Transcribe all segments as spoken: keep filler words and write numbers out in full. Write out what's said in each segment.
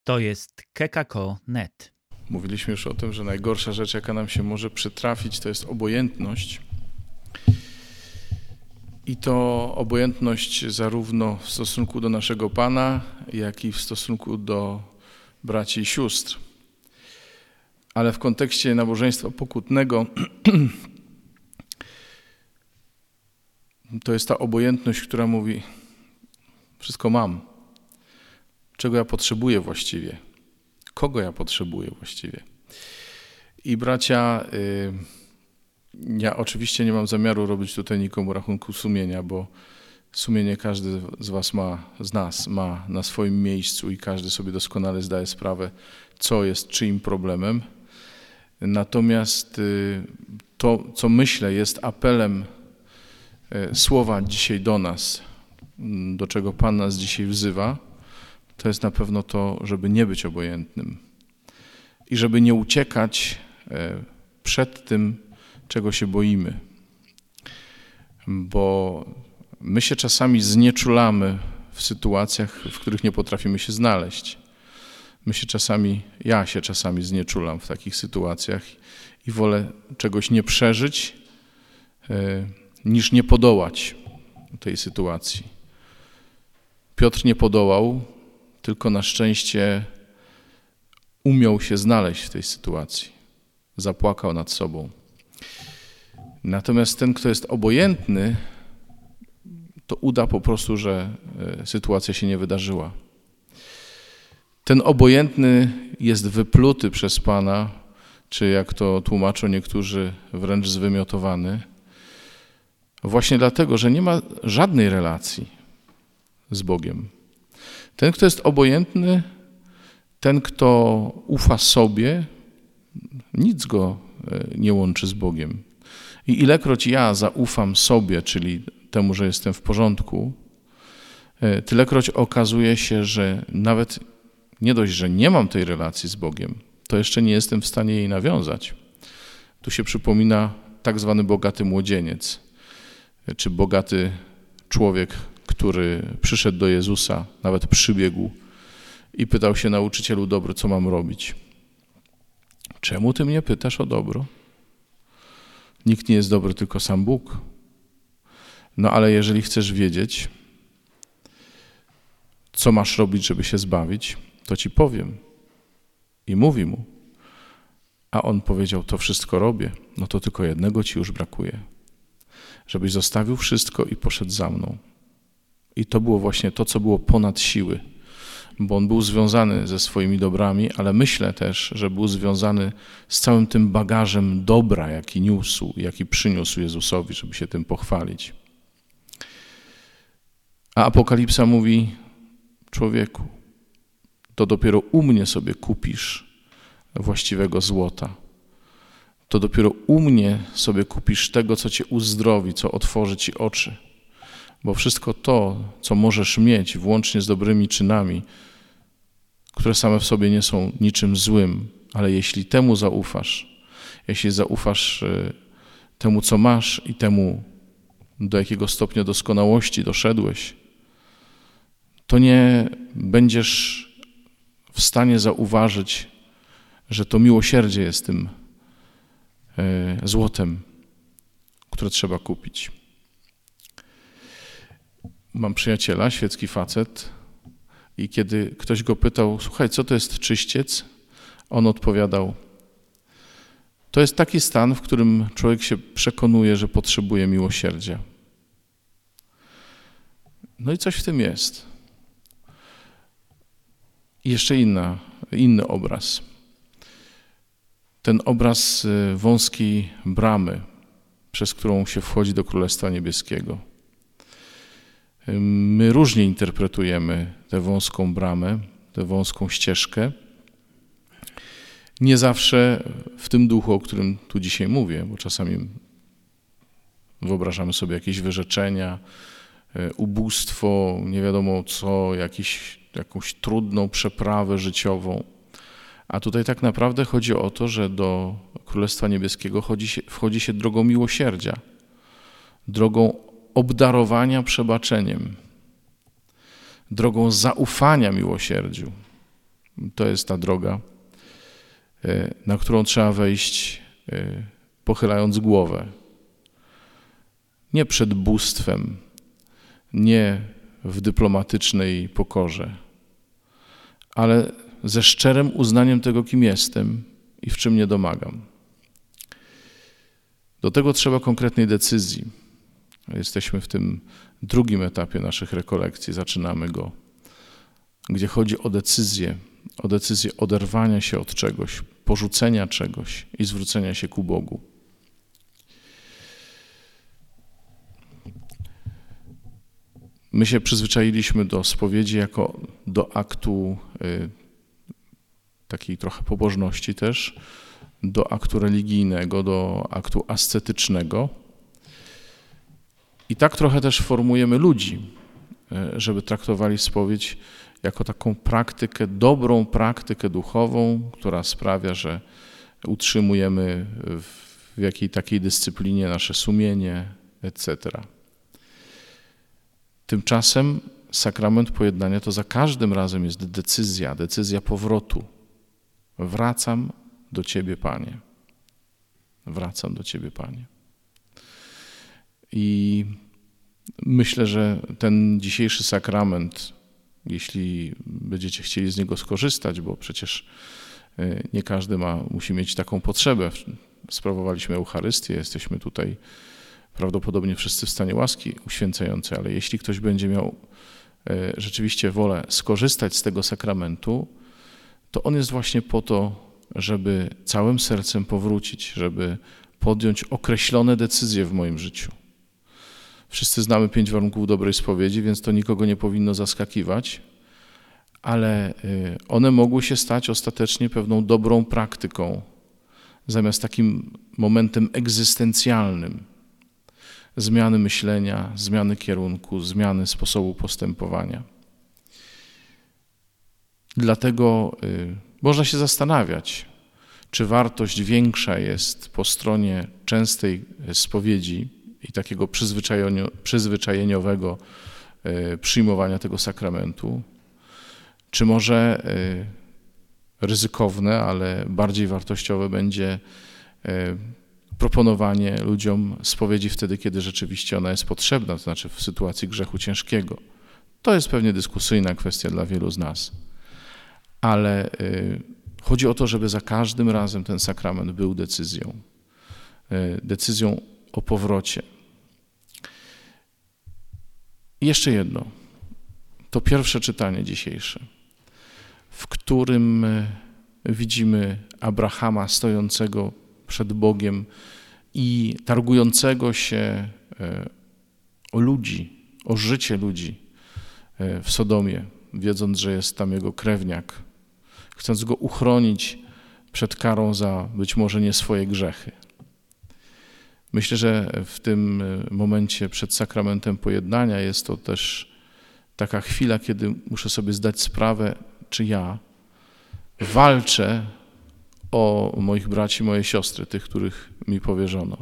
To jest kekako kropka net. Mówiliśmy już o tym, że najgorsza rzecz, jaka nam się może przytrafić, to jest obojętność. I to obojętność zarówno w stosunku do naszego Pana, jak i w stosunku do braci i sióstr. Ale w kontekście nabożeństwa pokutnego to jest ta obojętność, która mówi: wszystko mam. Czego ja potrzebuję właściwie? Kogo ja potrzebuję właściwie? I bracia, y, ja oczywiście nie mam zamiaru robić tutaj nikomu rachunku sumienia, bo sumienie każdy z was ma, z nas ma na swoim miejscu i każdy sobie doskonale zdaje sprawę, co jest czyim problemem. Natomiast y, to, co myślę, jest apelem y, słowa dzisiaj do nas, do czego Pan nas dzisiaj wzywa, to jest na pewno to, żeby nie być obojętnym i żeby nie uciekać przed tym, czego się boimy. Bo my się czasami znieczulamy w sytuacjach, w których nie potrafimy się znaleźć. My się czasami, ja się czasami znieczulam w takich sytuacjach i wolę czegoś nie przeżyć, niż nie podołać tej sytuacji. Piotr nie podołał, tylko na szczęście umiał się znaleźć w tej sytuacji. Zapłakał nad sobą. Natomiast ten, kto jest obojętny, to uda po prostu, że sytuacja się nie wydarzyła. Ten obojętny jest wypluty przez Pana, czy jak to tłumaczą niektórzy, wręcz zwymiotowany, właśnie dlatego, że nie ma żadnej relacji z Bogiem. Ten, kto jest obojętny, ten, kto ufa sobie, nic go nie łączy z Bogiem. I ilekroć ja zaufam sobie, czyli temu, że jestem w porządku, tylekroć okazuje się, że nawet nie dość, że nie mam tej relacji z Bogiem, to jeszcze nie jestem w stanie jej nawiązać. Tu się przypomina tak zwany bogaty młodzieniec, czy bogaty człowiek, który przyszedł do Jezusa, nawet przybiegł i pytał się: nauczycielu dobry, co mam robić? Czemu ty mnie pytasz o dobro? Nikt nie jest dobry, tylko sam Bóg. No ale jeżeli chcesz wiedzieć, co masz robić, żeby się zbawić, to ci powiem. I mówi mu. A on powiedział: to wszystko robię, no to tylko jednego ci już brakuje. Żebyś zostawił wszystko i poszedł za mną. I to było właśnie to, co było ponad siły, bo on był związany ze swoimi dobrami, ale myślę też, że był związany z całym tym bagażem dobra, jaki niósł, jaki przyniósł Jezusowi, żeby się tym pochwalić. A Apokalipsa mówi: człowieku, to dopiero u mnie sobie kupisz właściwego złota. To dopiero u mnie sobie kupisz tego, co cię uzdrowi, co otworzy ci oczy. Bo wszystko to, co możesz mieć, włącznie z dobrymi czynami, które same w sobie nie są niczym złym, ale jeśli temu zaufasz, jeśli zaufasz temu, co masz i temu, do jakiego stopnia doskonałości doszedłeś, to nie będziesz w stanie zauważyć, że to miłosierdzie jest tym złotem, które trzeba kupić. Mam przyjaciela, świecki facet, i kiedy ktoś go pytał: słuchaj, co to jest czyściec? On odpowiadał: to jest taki stan, w którym człowiek się przekonuje, że potrzebuje miłosierdzia. No i coś w tym jest. I jeszcze inna, inny obraz. Ten obraz wąskiej bramy, przez którą się wchodzi do Królestwa Niebieskiego. My różnie interpretujemy tę wąską bramę, tę wąską ścieżkę. Nie zawsze w tym duchu, o którym tu dzisiaj mówię, bo czasami wyobrażamy sobie jakieś wyrzeczenia, ubóstwo, nie wiadomo co, jakiś, jakąś trudną przeprawę życiową. A tutaj tak naprawdę chodzi o to, że do Królestwa Niebieskiego chodzi się, wchodzi się drogą miłosierdzia, drogą obdarowania przebaczeniem, drogą zaufania miłosierdziu. To jest ta droga, na którą trzeba wejść, pochylając głowę. Nie przed bóstwem, nie w dyplomatycznej pokorze, ale ze szczerym uznaniem tego, kim jestem i w czym nie domagam. Do tego trzeba konkretnej decyzji. Jesteśmy w tym drugim etapie naszych rekolekcji, zaczynamy go, gdzie chodzi o decyzję, o decyzję oderwania się od czegoś, porzucenia czegoś i zwrócenia się ku Bogu. My się przyzwyczailiśmy do spowiedzi jako do aktu y, takiej trochę pobożności też, do aktu religijnego, do aktu ascetycznego. I tak trochę też formujemy ludzi, żeby traktowali spowiedź jako taką praktykę, dobrą praktykę duchową, która sprawia, że utrzymujemy w jakiej takiej dyscyplinie nasze sumienie, et cetera. Tymczasem sakrament pojednania to za każdym razem jest decyzja, decyzja powrotu. Wracam do Ciebie, Panie. Wracam do Ciebie, Panie. I myślę, że ten dzisiejszy sakrament, jeśli będziecie chcieli z niego skorzystać, bo przecież nie każdy ma, musi mieć taką potrzebę. Sprawowaliśmy Eucharystię, jesteśmy tutaj prawdopodobnie wszyscy w stanie łaski uświęcającej, ale jeśli ktoś będzie miał rzeczywiście wolę skorzystać z tego sakramentu, to on jest właśnie po to, żeby całym sercem powrócić, żeby podjąć określone decyzje w moim życiu. Wszyscy znamy pięć warunków dobrej spowiedzi, więc to nikogo nie powinno zaskakiwać, ale one mogły się stać ostatecznie pewną dobrą praktyką, zamiast takim momentem egzystencjalnym zmiany myślenia, zmiany kierunku, zmiany sposobu postępowania. Dlatego można się zastanawiać, czy wartość większa jest po stronie częstej spowiedzi i takiego przyzwyczajeniowego przyjmowania tego sakramentu, czy może ryzykowne, ale bardziej wartościowe będzie proponowanie ludziom spowiedzi wtedy, kiedy rzeczywiście ona jest potrzebna, to znaczy w sytuacji grzechu ciężkiego. To jest pewnie dyskusyjna kwestia dla wielu z nas, ale chodzi o to, żeby za każdym razem ten sakrament był decyzją, decyzją o powrocie. I jeszcze jedno, to pierwsze czytanie dzisiejsze, w którym widzimy Abrahama stojącego przed Bogiem i targującego się o ludzi, o życie ludzi w Sodomie, wiedząc, że jest tam jego krewniak, chcąc go uchronić przed karą za być może nie swoje grzechy. Myślę, że w tym momencie przed sakramentem pojednania jest to też taka chwila, kiedy muszę sobie zdać sprawę, czy ja walczę o moich braci, moje siostry, tych, których mi powierzono.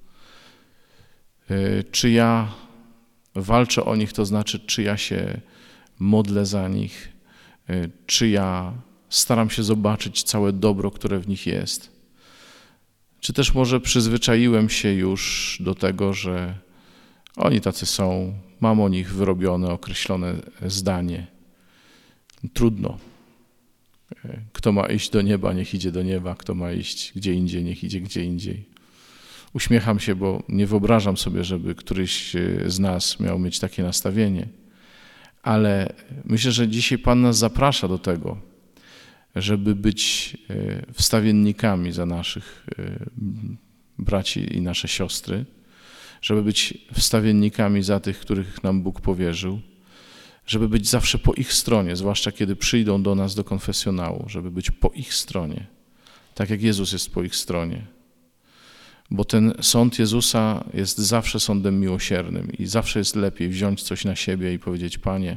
Czy ja walczę o nich, to znaczy, czy ja się modlę za nich, czy ja staram się zobaczyć całe dobro, które w nich jest. Czy też może przyzwyczaiłem się już do tego, że oni tacy są, mam o nich wyrobione, określone zdanie. Trudno. Kto ma iść do nieba, niech idzie do nieba. Kto ma iść gdzie indziej, niech idzie gdzie indziej. Uśmiecham się, bo nie wyobrażam sobie, żeby któryś z nas miał mieć takie nastawienie. Ale myślę, że dzisiaj Pan nas zaprasza do tego, żeby być wstawiennikami za naszych braci i nasze siostry, żeby być wstawiennikami za tych, których nam Bóg powierzył, żeby być zawsze po ich stronie, zwłaszcza kiedy przyjdą do nas do konfesjonału, żeby być po ich stronie, tak jak Jezus jest po ich stronie. Bo ten sąd Jezusa jest zawsze sądem miłosiernym i zawsze jest lepiej wziąć coś na siebie i powiedzieć: Panie,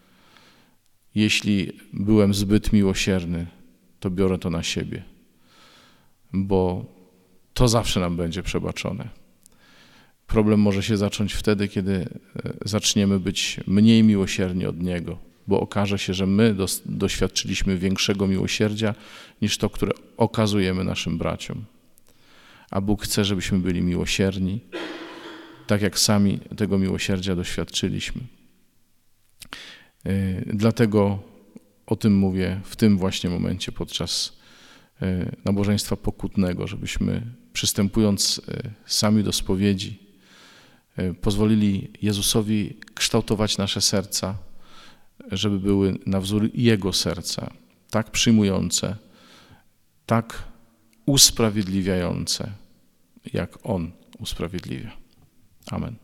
jeśli byłem zbyt miłosierny, to biorę to na siebie, bo to zawsze nam będzie przebaczone. Problem może się zacząć wtedy, kiedy zaczniemy być mniej miłosierni od Niego. bo okaże się, że my dos- doświadczyliśmy większego miłosierdzia niż to, które okazujemy naszym braciom. A Bóg chce, żebyśmy byli miłosierni, tak jak sami tego miłosierdzia doświadczyliśmy. Dlatego o tym mówię w tym właśnie momencie podczas nabożeństwa pokutnego, żebyśmy przystępując sami do spowiedzi pozwolili Jezusowi kształtować nasze serca, żeby były na wzór Jego serca, tak przyjmujące, tak usprawiedliwiające, jak On usprawiedliwia. Amen.